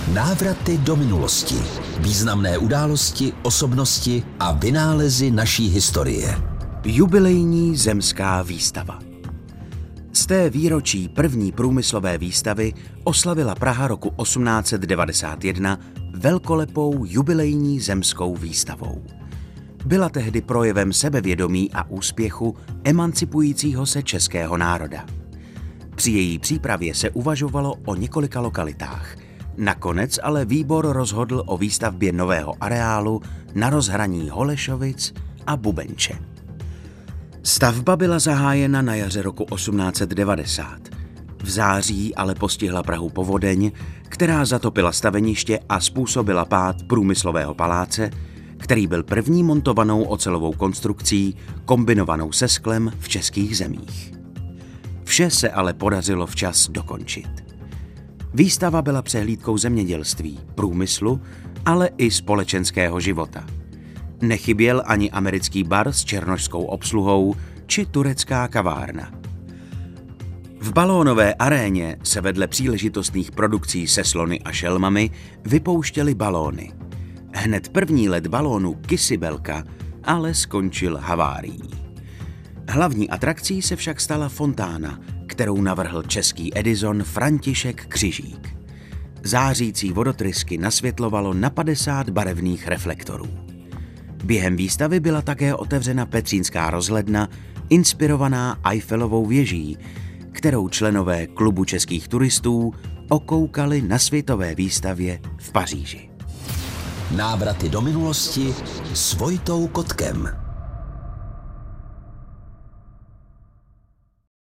Návraty do minulosti. Významné události, osobnosti a vynálezy naší historie. Jubilejní zemská výstava. Z té výročí první průmyslové výstavy oslavila Praha roku 1891 velkolepou jubilejní zemskou výstavou. Byla tehdy projevem sebevědomí a úspěchu emancipujícího se českého národa. Při její přípravě se uvažovalo o několika lokalitách. Nakonec ale výbor rozhodl o výstavbě nového areálu na rozhraní Holešovic a Bubenče. Stavba byla zahájena na jaře roku 1890. V září ale postihla Prahu povodeň, která zatopila staveniště a způsobila pád průmyslového paláce, který byl první montovanou ocelovou konstrukcí kombinovanou se sklem v českých zemích. Vše se ale podařilo včas dokončit. Výstava byla přehlídkou zemědělství, průmyslu, ale i společenského života. Nechyběl ani americký bar s černošskou obsluhou či turecká kavárna. V balónové aréně se vedle příležitostných produkcí se slony a šelmami vypouštěly balóny. Hned první let balónu Kysibelka ale skončil havárií. Hlavní atrakcí se však stala fontána, kterou navrhl český Edison František Křižík. Zářící vodotrysky nasvětlovalo na 50 barevných reflektorů. Během výstavy byla také otevřena Petřínská rozhledna, inspirovaná Eiffelovou věží, kterou členové Klubu českých turistů okoukali na světové výstavě v Paříži. Návraty do minulosti s Vojtou Kotkem.